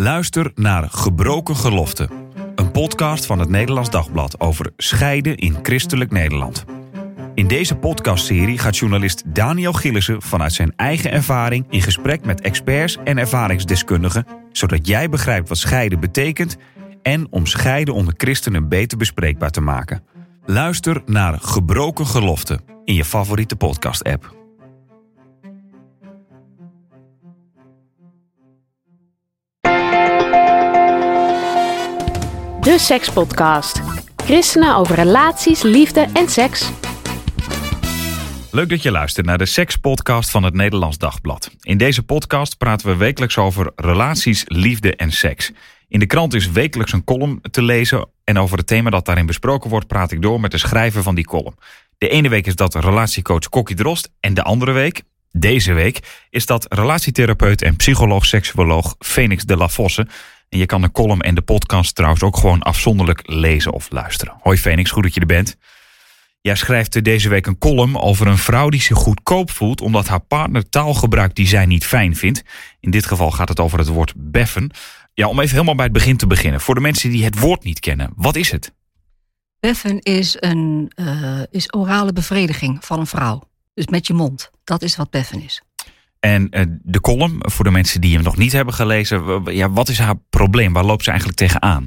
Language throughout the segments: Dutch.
Luister naar Gebroken Geloften. Een podcast van het Nederlands Dagblad over scheiden in christelijk Nederland. In deze podcastserie gaat journalist Daniel Gillissen vanuit zijn eigen ervaring in gesprek met experts en ervaringsdeskundigen, zodat jij begrijpt wat scheiden betekent en om scheiden onder christenen beter bespreekbaar te maken. Luister naar Gebroken Geloften in je favoriete podcast-app. De Sekspodcast. Christenen over relaties, liefde en seks. Leuk dat je luistert naar de Sekspodcast van het Nederlands Dagblad. In deze podcast praten we wekelijks over relaties, liefde en seks. In de krant is wekelijks een column te lezen en over het thema dat daarin besproken wordt praat ik door met de schrijver van die column. De ene week is dat relatiecoach Kokkie Drost en de andere week, deze week, is dat relatietherapeut en psycholoog-seksuoloog Phoenix de la Fosse. En je kan de column en de podcast trouwens ook gewoon afzonderlijk lezen of luisteren. Hoi Phoenix, goed dat je er bent. Jij schrijft deze week een column over een vrouw die zich goedkoop voelt omdat haar partner taal gebruikt die zij niet fijn vindt. In dit geval gaat het over het woord beffen. Ja, om even helemaal bij het begin te beginnen. Voor de mensen die het woord niet kennen, wat is het? Beffen is orale bevrediging van een vrouw. Dus met je mond. Dat is wat beffen is. En de column, voor de mensen die hem nog niet hebben gelezen, wat is haar probleem? Waar loopt ze eigenlijk tegenaan?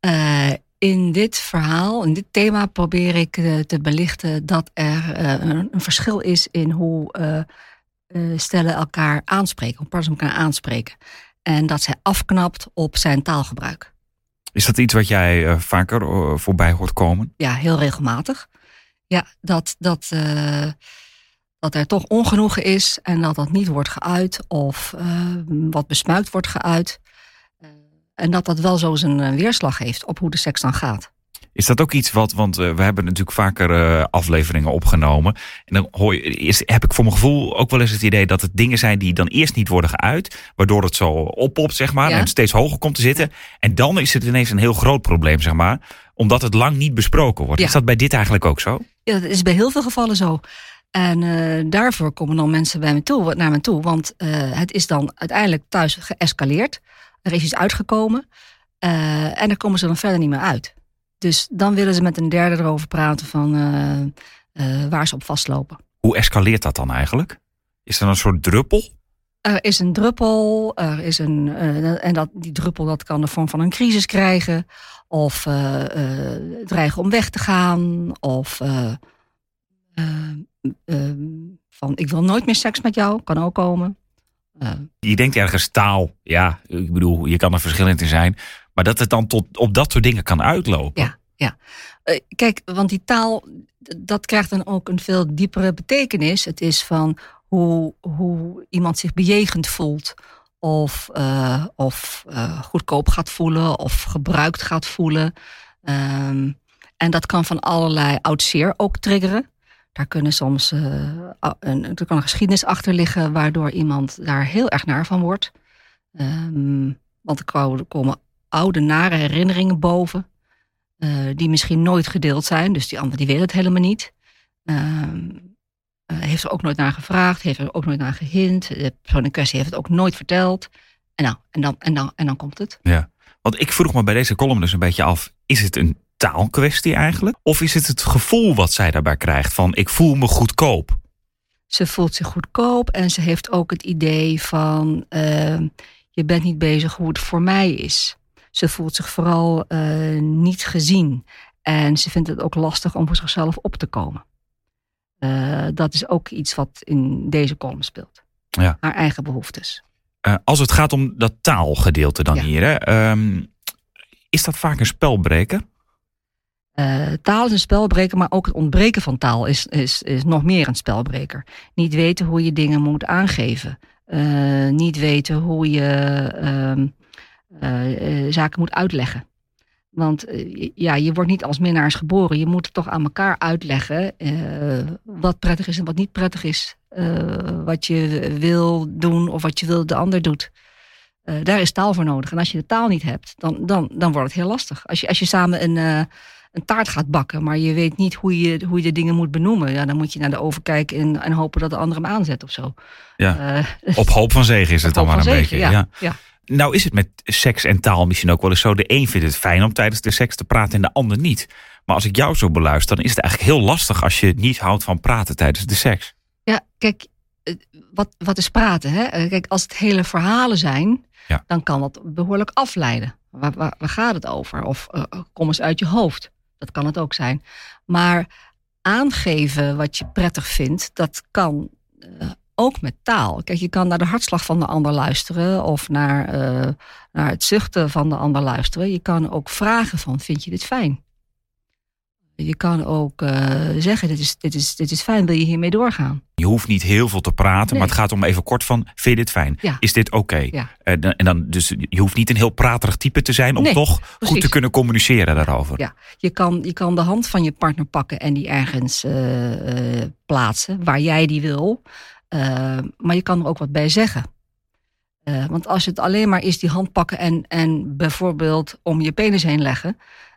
In dit verhaal, in dit thema probeer ik te belichten dat er een verschil is in hoe stellen elkaar aanspreken, hoe partners elkaar aanspreken. En dat zij afknapt op zijn taalgebruik. Is dat iets wat jij vaker voorbij hoort komen? Ja, heel regelmatig. Ja, dat er toch ongenoegen is en dat dat niet wordt geuit of wat besmuikt wordt geuit. En dat wel zo zijn weerslag heeft op hoe de seks dan gaat. Is dat ook iets want we hebben natuurlijk vaker afleveringen opgenomen. En dan heb ik voor mijn gevoel ook wel eens het idee dat het dingen zijn die dan eerst niet worden geuit. Waardoor het zo oppopt, zeg maar, en steeds hoger komt te zitten. En dan is het ineens een heel groot probleem, zeg maar. Omdat het lang niet besproken wordt. Ja. Is dat bij dit eigenlijk ook zo? Ja, dat is bij heel veel gevallen zo. En daarvoor komen dan mensen naar me toe. Want het is dan uiteindelijk thuis geëscaleerd. Er is iets uitgekomen. En daar komen ze dan verder niet meer uit. Dus dan willen ze met een derde erover praten van waar ze op vastlopen. Hoe escaleert dat dan eigenlijk? Is er een soort druppel? Er is een druppel. Die druppel dat kan de vorm van een crisis krijgen. Of dreigen om weg te gaan. Of van ik wil nooit meer seks met jou. Kan ook komen. Je denkt ergens taal. Ja, ik bedoel, je kan er verschillend in zijn. Maar dat het dan tot op dat soort dingen kan uitlopen. Ja. Kijk, want die taal, dat krijgt dan ook een veel diepere betekenis. Het is van hoe iemand zich bejegend voelt. Of goedkoop gaat voelen. Of gebruikt gaat voelen. En dat kan van allerlei oud zeer ook triggeren. Daar kunnen soms er kan een geschiedenis achter liggen waardoor iemand daar heel erg naar van wordt. Want er komen oude, nare herinneringen boven. Die misschien nooit gedeeld zijn. Dus die ander die weet het helemaal niet. Heeft er ook nooit naar gevraagd. Heeft er ook nooit naar gehint. De persoon in kwestie heeft het ook nooit verteld. En dan komt het. Ja, want ik vroeg me bij deze column dus een beetje af. Is het een taalkwestie eigenlijk? Of is het gevoel wat zij daarbij krijgt van ik voel me goedkoop? Ze voelt zich goedkoop en ze heeft ook het idee van je bent niet bezig hoe het voor mij is. Ze voelt zich vooral niet gezien. En ze vindt het ook lastig om voor zichzelf op te komen. Dat is ook iets wat in deze column speelt. Ja. Haar eigen behoeftes. Als het gaat om dat taalgedeelte dan hier. Hè, is dat vaak een spelbreker? Taal is een spelbreker, maar ook het ontbreken van taal is nog meer een spelbreker. Niet weten hoe je dingen moet aangeven. Niet weten hoe je zaken moet uitleggen. Want je wordt niet als minnaars geboren. Je moet het toch aan elkaar uitleggen wat prettig is en wat niet prettig is. Wat je wil doen of wat je wil de ander doet. Daar is taal voor nodig. En als je de taal niet hebt, dan wordt het heel lastig. Als je samen een taart gaat bakken, maar je weet niet hoe je de dingen moet benoemen. Ja, dan moet je naar de oven kijken en hopen dat de ander hem aanzet of zo. Ja. Op hoop van zegen is het dan maar een beetje. Ja. Nou is het met seks en taal misschien ook wel eens zo. De een vindt het fijn om tijdens de seks te praten en de ander niet. Maar als ik jou zo beluister, dan is het eigenlijk heel lastig als je niet houdt van praten tijdens de seks. Ja, kijk, wat is praten? Hè? Kijk, als het hele verhalen zijn, dan kan dat behoorlijk afleiden. Waar gaat het over? Of kom eens uit je hoofd. Dat kan het ook zijn. Maar aangeven wat je prettig vindt, dat kan ook met taal. Kijk, je kan naar de hartslag van de ander luisteren of naar het zuchten van de ander luisteren. Je kan ook vragen van, vind je dit fijn? Je kan ook zeggen, dit is fijn, wil je hiermee doorgaan? Je hoeft niet heel veel te praten, maar het gaat om even kort van, vind je dit fijn? Ja. Is dit oké? Ja. En dan, dus je hoeft niet een heel praterig type te zijn om toch goed te kunnen communiceren daarover. Ja. Je kan de hand van je partner pakken en die ergens plaatsen, waar jij die wil. Maar je kan er ook wat bij zeggen. Want als het alleen maar is die hand pakken en bijvoorbeeld om je penis heen leggen,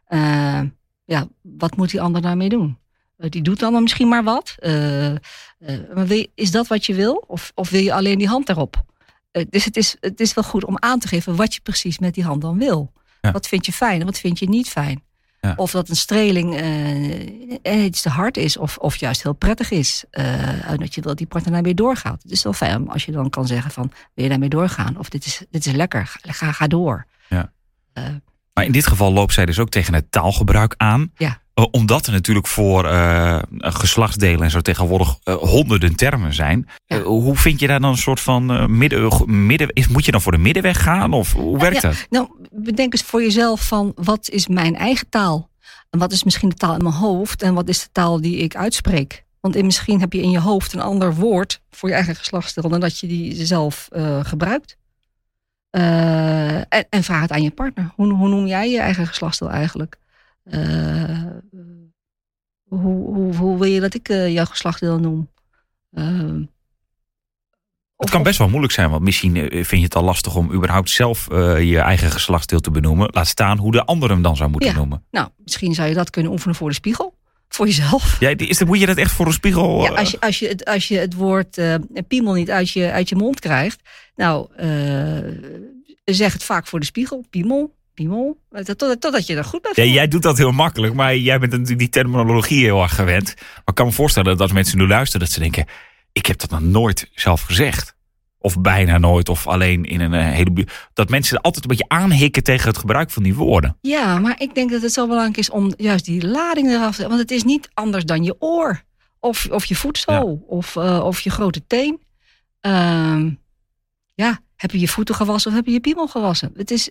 wat moet die ander daarmee doen? Die doet dan misschien maar wat. Maar is dat wat je wil? Of wil je alleen die hand erop? Dus het is wel goed om aan te geven wat je precies met die hand dan wil. Ja. Wat vind je fijn en wat vind je niet fijn? Ja. Of dat een streling iets te hard is of juist heel prettig is. Dat je wil dat die partner daarmee doorgaat. Het is wel fijn als je dan kan zeggen van, wil je daarmee doorgaan? Of dit is lekker, ga door. Ja. Maar in dit geval loopt zij dus ook tegen het taalgebruik aan. Ja. Omdat er natuurlijk voor geslachtsdelen en zo tegenwoordig honderden termen zijn. Ja. Hoe vind je daar dan een soort van moet je dan voor de middenweg gaan? Of hoe werkt dat? Nou, bedenk eens voor jezelf van, wat is mijn eigen taal? En wat is misschien de taal in mijn hoofd? En wat is de taal die ik uitspreek? Want misschien heb je in je hoofd een ander woord voor je eigen geslachtsdeel dan dat je die zelf gebruikt. En vraag het aan je partner. Hoe noem jij je eigen geslachtsdeel eigenlijk? Hoe wil je dat ik jouw geslachtsdeel noem? Het kan best wel moeilijk zijn, want misschien vind je het al lastig om überhaupt zelf je eigen geslachtsdeel te benoemen. Laat staan hoe de ander hem dan zou moeten noemen. Nou, misschien zou je dat kunnen oefenen voor de spiegel. Voor jezelf. Ja, moet je dat echt voor een spiegel? Ja, als je het woord piemel niet uit je mond krijgt. Nou, zeg het vaak voor de spiegel. Piemel. Totdat je er goed bij voelt. Ja, jij doet dat heel makkelijk, maar jij bent natuurlijk die terminologie heel erg gewend. Maar ik kan me voorstellen dat als mensen nu luisteren, dat ze denken, ik heb dat nog nooit zelf gezegd. Of bijna nooit, of alleen in een hele... Dat mensen altijd een beetje aanhikken tegen het gebruik van die woorden. Ja, maar ik denk dat het zo belangrijk is om juist die lading eraf te... Want het is niet anders dan je oor. Of je voetzool. Ja. Of je grote teen. Heb je je voeten gewassen of heb je je piemel gewassen? Het is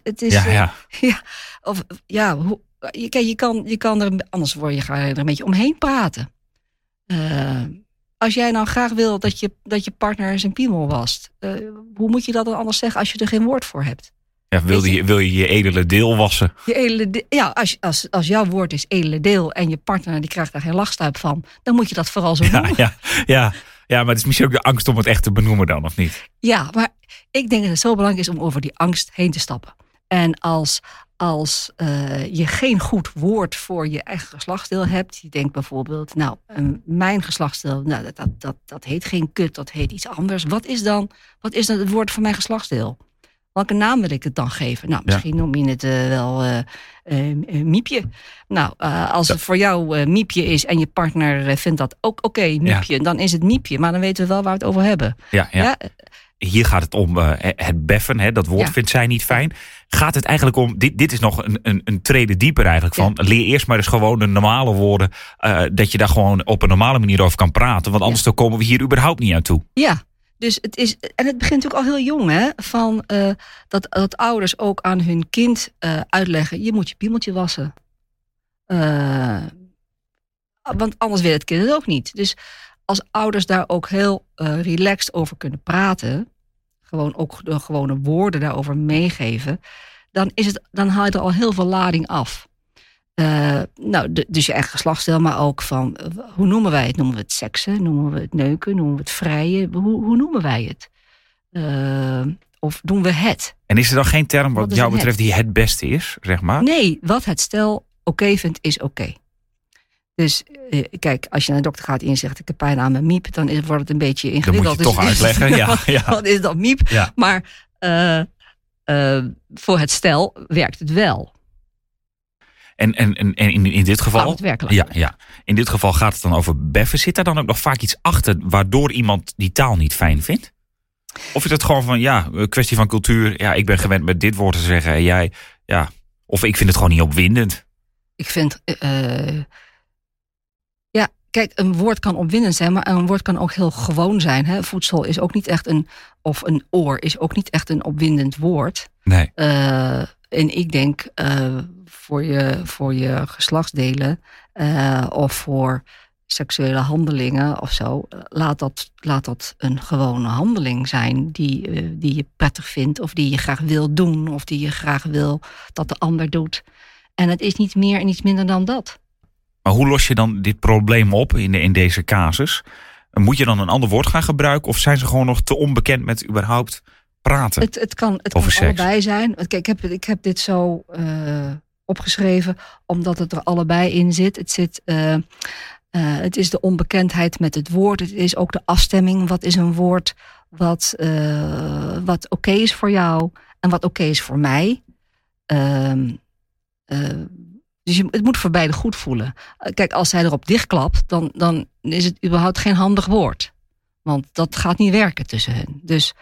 je kan er... Anders ga je er een beetje omheen praten. Als jij nou graag wil dat je partner zijn piemel wast, hoe moet je dat dan anders zeggen als je er geen woord voor hebt? Ja, wil je je edele deel wassen? Als jouw woord is edele deel en je partner die krijgt daar geen lachstuip van, dan moet je dat vooral zo noemen. Ja, maar het is misschien ook de angst om het echt te benoemen dan, of niet? Ja, maar ik denk dat het zo belangrijk is om over die angst heen te stappen. En als je geen goed woord voor je eigen geslachtsdeel hebt. Je denkt bijvoorbeeld, mijn geslachtsdeel, dat heet geen kut, dat heet iets anders. Wat is dan het woord voor mijn geslachtsdeel? Welke naam wil ik het dan geven? Nou, misschien noem je het wel miepje. Nou, als het voor jou miepje is en je partner vindt dat ook oké, miepje, dan is het miepje. Maar dan weten we wel waar we het over hebben. Ja. Hier gaat het om het beffen. Dat woord vindt zij niet fijn. Gaat het eigenlijk om... Dit is nog een trede dieper eigenlijk van... Leer eerst maar eens gewoon de normale woorden... dat je daar gewoon op een normale manier over kan praten. Want anders dan komen we hier überhaupt niet aan toe. Ja, dus het is... En het begint natuurlijk al heel jong, hè? Van dat ouders ook aan hun kind uitleggen... Je moet je piemeltje wassen. Want anders wil het kind het ook niet. Dus als ouders daar ook heel relaxed over kunnen praten... gewoon ook de gewone woorden daarover meegeven... dan haal je er al heel veel lading af. Dus je eigen geslachtsdeel, maar ook van... hoe noemen wij het? Noemen we het seksen? Noemen we het neuken? Noemen we het vrijen? Hoe noemen wij het? Of doen we het? En is er dan geen term wat jou betreft die het beste is, zeg maar? Nee, wat het stel oké vindt, is oké. Dus kijk, als je naar de dokter gaat en je zegt... ik heb pijn aan mijn miep, dan wordt het een beetje ingewikkeld. Dan moet je toch uitleggen, ja. Wat is dat miep? Ja. Maar voor het stel werkt het wel. En in dit geval... het werkelijk. Ja. In dit geval gaat het dan over beffen. Zit daar dan ook nog vaak iets achter waardoor iemand die taal niet fijn vindt? Of is het gewoon van, een kwestie van cultuur. Ja, ik ben gewend met dit woord te zeggen. En jij, of ik vind het gewoon niet opwindend. Ik vind... kijk, een woord kan opwindend zijn, maar een woord kan ook heel gewoon zijn. Hè? Voedsel is ook niet echt een oor is ook niet echt een opwindend woord. Nee. En ik denk, voor je geslachtsdelen of voor seksuele handelingen of zo, laat dat een gewone handeling zijn die je prettig vindt of die je graag wil doen of die je graag wil dat de ander doet. En het is niet meer en niet minder dan dat. Maar hoe los je dan dit probleem op in deze casus? Moet je dan een ander woord gaan gebruiken of zijn ze gewoon nog te onbekend met überhaupt praten? Het kan allebei zijn. Kijk, ik heb dit zo opgeschreven omdat het er allebei in zit. Het is de onbekendheid met het woord. Het is ook de afstemming. Wat is een woord wat oké is voor jou en wat oké is voor mij? Dus het moet voor beide goed voelen. Kijk, als hij erop dichtklapt, dan is het überhaupt geen handig woord. Want dat gaat niet werken tussen hen. Dus,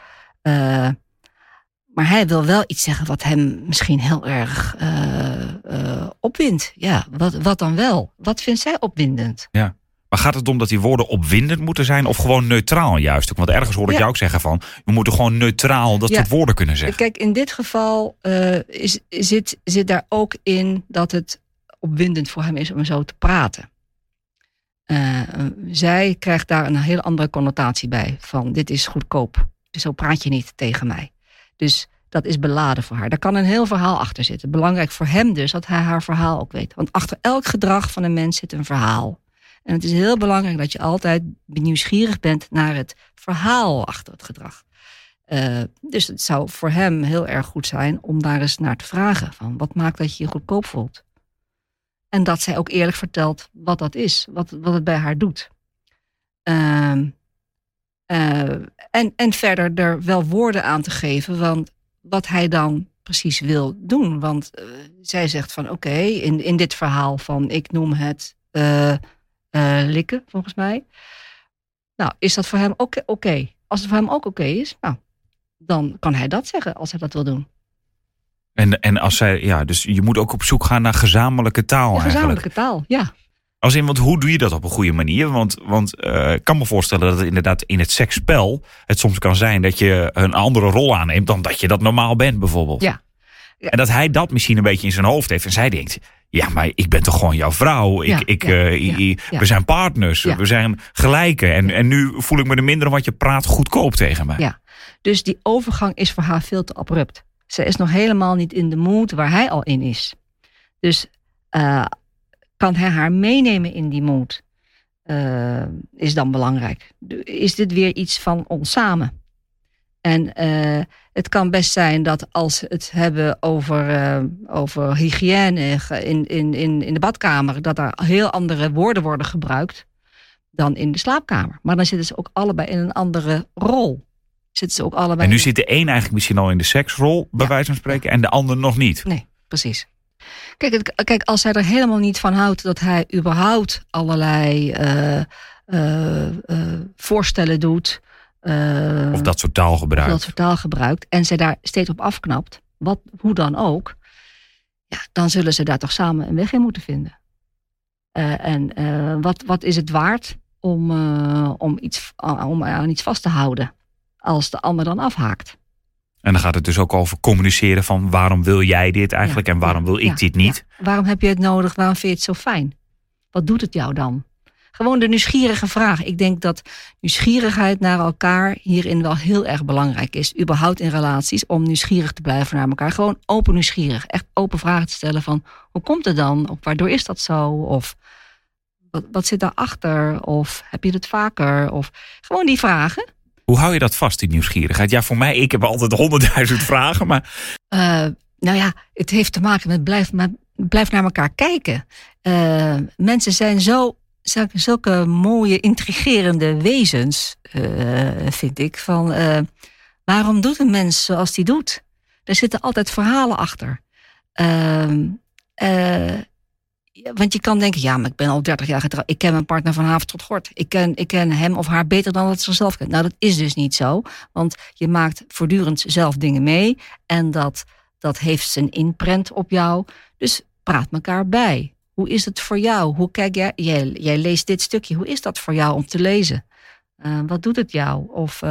maar hij wil wel iets zeggen wat hem misschien heel erg opwindt. Ja, wat dan wel? Wat vindt zij opwindend? Ja. Maar gaat het om dat die woorden opwindend moeten zijn of gewoon neutraal juist? Want ergens hoor ik jou ook zeggen van, we moeten gewoon neutraal dat soort woorden kunnen zeggen. Kijk, in dit geval zit daar ook in dat het opwindend voor hem is om zo te praten. Zij krijgt daar een heel andere connotatie bij. Van, dit is goedkoop. Dus zo praat je niet tegen mij. Dus dat is beladen voor haar. Daar kan een heel verhaal achter zitten. Belangrijk voor hem dus dat hij haar verhaal ook weet. Want achter elk gedrag van een mens zit een verhaal. En het is heel belangrijk dat je altijd nieuwsgierig bent naar het verhaal achter het gedrag. Dus het zou voor hem heel erg goed zijn om daar eens naar te vragen. Van, wat maakt dat je je goedkoop voelt? En dat zij ook eerlijk vertelt wat dat is. Wat het bij haar doet. En verder er wel woorden aan te geven. Want wat hij dan precies wil doen. Want zij zegt van oké, in dit verhaal van ik noem het likken volgens mij. Nou, is dat voor hem ook oké? Als het voor hem ook oké is, nou, dan kan hij dat zeggen als hij dat wil doen. En als zij, dus je moet ook op zoek gaan naar gezamenlijke taal eigenlijk. Gezamenlijke taal, ja. Want hoe doe je dat op een goede manier? Want ik kan me voorstellen dat het inderdaad in het seksspel het soms kan zijn dat je een andere rol aanneemt dan dat je dat normaal bent bijvoorbeeld. Ja. En dat hij dat misschien een beetje in zijn hoofd heeft en zij denkt, ja, maar ik ben toch gewoon jouw vrouw. We zijn partners, we zijn gelijken. En nu voel ik me er minder want je praat goedkoop tegen mij. Ja, dus die overgang is voor haar veel te abrupt. Ze is nog helemaal niet in de mood waar hij al in is. Dus kan hij haar meenemen in die mood? Is dan belangrijk. Is dit weer iets van ons samen? En het kan best zijn dat als we het hebben over hygiëne in de badkamer, dat er heel andere woorden worden gebruikt dan in de slaapkamer. Maar dan zitten ze ook allebei in een andere rol. En nu zit de een eigenlijk misschien al in de seksrol, bij wijze van spreken, en de ander nog niet. Nee, precies. Kijk, als zij er helemaal niet van houdt dat hij überhaupt allerlei voorstellen doet. Of dat soort taal gebruikt. En zij daar steeds op afknapt, hoe dan ook. Ja, dan zullen ze daar toch samen een weg in moeten vinden. Wat is het waard om aan iets vast te houden als de ander dan afhaakt? En dan gaat het dus ook over communiceren van waarom wil jij dit eigenlijk en waarom wil ik dit niet? Ja. Waarom heb je het nodig? Waarom vind je het zo fijn? Wat doet het jou dan? Gewoon de nieuwsgierige vraag. Ik denk dat nieuwsgierigheid naar elkaar hierin wel heel erg belangrijk is. Überhaupt in relaties, om nieuwsgierig te blijven naar elkaar. Gewoon open nieuwsgierig. Echt open vragen te stellen van, hoe komt het dan? Of waardoor is dat zo? Of wat zit daarachter? Of heb je het vaker? Of gewoon die vragen. Hoe hou je dat vast, die nieuwsgierigheid? Ja, voor mij, ik heb altijd 100.000 vragen, maar... Het heeft te maken met blijf naar elkaar kijken. Mensen zijn zulke mooie, intrigerende wezens, vind ik. Van waarom doet een mens zoals die doet? Er zitten altijd verhalen achter. Want je kan denken, ja, maar ik ben al 30 jaar getrouwd. Ik ken mijn partner van haven tot gort. Ik ken hem of haar beter dan dat ze zichzelf kent. Nou, dat is dus niet zo. Want je maakt voortdurend zelf dingen mee. En dat heeft zijn imprint op jou. Dus praat elkaar bij. Hoe is het voor jou? Hoe kijk jij leest dit stukje. Hoe is dat voor jou om te lezen? Wat doet het jou? Of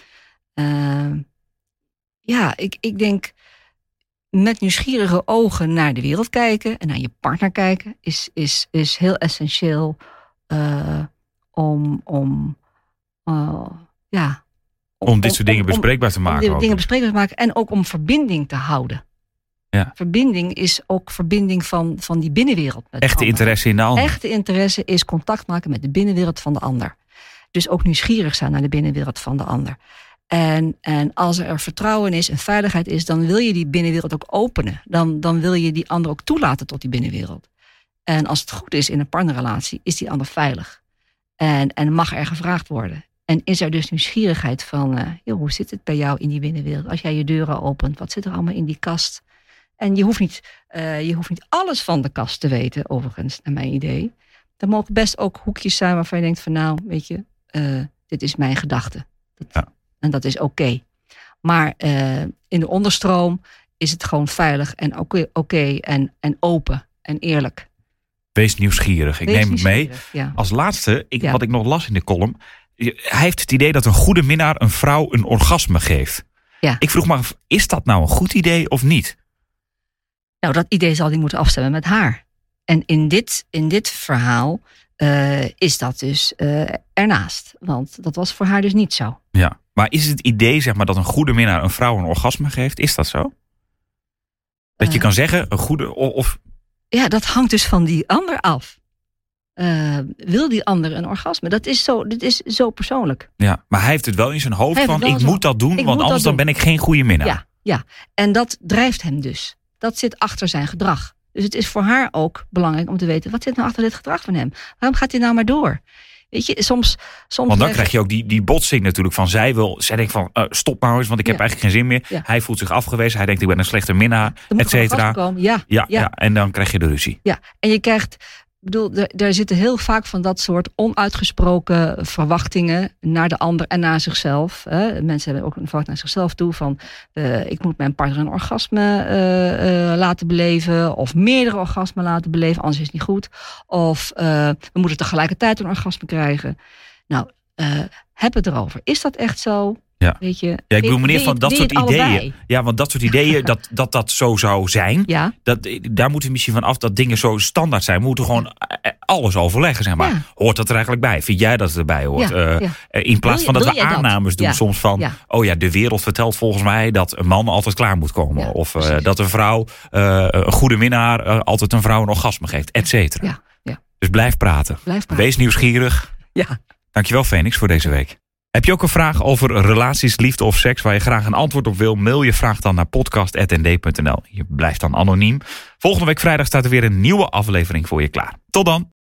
ik denk met nieuwsgierige ogen naar de wereld kijken en naar je partner kijken is heel essentieel om dit soort dingen bespreekbaar te maken. Om dingen bespreekbaar te maken en ook om verbinding te houden. Ja. Verbinding is ook verbinding van die binnenwereld. Echte interesse in de ander. Echte interesse is contact maken met de binnenwereld van de ander. Dus ook nieuwsgierig zijn naar de binnenwereld van de ander. En als er vertrouwen is en veiligheid is, dan wil je die binnenwereld ook openen. Dan wil je die ander ook toelaten tot die binnenwereld. En als het goed is in een partnerrelatie, is die ander veilig. En mag er gevraagd worden. En is er dus nieuwsgierigheid van, hoe zit het bij jou in die binnenwereld? Als jij je deuren opent, wat zit er allemaal in die kast? En je hoeft niet alles van de kast te weten, overigens, naar mijn idee. Er mogen best ook hoekjes zijn waarvan je denkt van, nou, weet je, dit is mijn gedachte. En dat is oké. Maar in de onderstroom is het gewoon veilig en oké en open en eerlijk. Wees nieuwsgierig. Ik neem het mee. Ja. Als laatste, wat ik nog las in de column. Hij heeft het idee dat een goede minnaar een vrouw een orgasme geeft. Ja. Ik vroeg me af, is dat nou een goed idee of niet? Nou, dat idee zal hij moeten afstemmen met haar. En in dit verhaal is dat dus ernaast. Want dat was voor haar dus niet zo. Ja, maar is het idee zeg maar dat een goede minnaar een vrouw een orgasme geeft? Is dat zo? Dat je kan zeggen, een goede of... Ja, dat hangt dus van die ander af. Wil die ander een orgasme? Dit is zo persoonlijk. Ja, maar hij heeft het wel in zijn hoofd van, ik moet dat doen, want anders dan ben ik geen goede minnaar. Ja, en dat drijft hem dus. Dat zit achter zijn gedrag. Dus het is voor haar ook belangrijk om te weten, wat zit nou achter dit gedrag van hem? Waarom gaat hij nou maar door? Weet je, soms want dan krijg je ook die botsing natuurlijk van zij denkt van stop nou eens, want ik heb eigenlijk geen zin meer. Ja. Hij voelt zich afgewezen, hij denkt ik ben een slechte minnaar, et cetera. Ja, en dan krijg je de ruzie. Ja, en je krijgt, er zitten heel vaak van dat soort onuitgesproken verwachtingen naar de ander en naar zichzelf. Mensen hebben ook een verwachting naar zichzelf toe van ik moet mijn partner een orgasme laten beleven of meerdere orgasmen laten beleven, anders is het niet goed. Of we moeten tegelijkertijd een orgasme krijgen. Nou, heb het erover. Is dat echt zo? Ja. Weet je, ik bedoel meneer van dat soort ideeën. Allebei. Ja, want dat soort ideeën, dat zo zou zijn. Ja. Daar moeten we misschien van af dat dingen zo standaard zijn. We moeten gewoon alles overleggen, zeg maar. Ja. Hoort dat er eigenlijk bij? Vind jij dat het erbij hoort? In plaats van dat we aannames doen soms van... de wereld vertelt volgens mij dat een man altijd klaar moet komen. Ja, of dat een vrouw, een goede minnaar... altijd een vrouw een orgasme geeft, et cetera. Ja. Dus blijf praten. Wees nieuwsgierig. Ja. Dankjewel, Phoenix, voor deze week. Heb je ook een vraag over relaties, liefde of seks waar je graag een antwoord op wil? Mail je vraag dan naar podcast@nd.nl. Je blijft dan anoniem. Volgende week vrijdag staat er weer een nieuwe aflevering voor je klaar. Tot dan!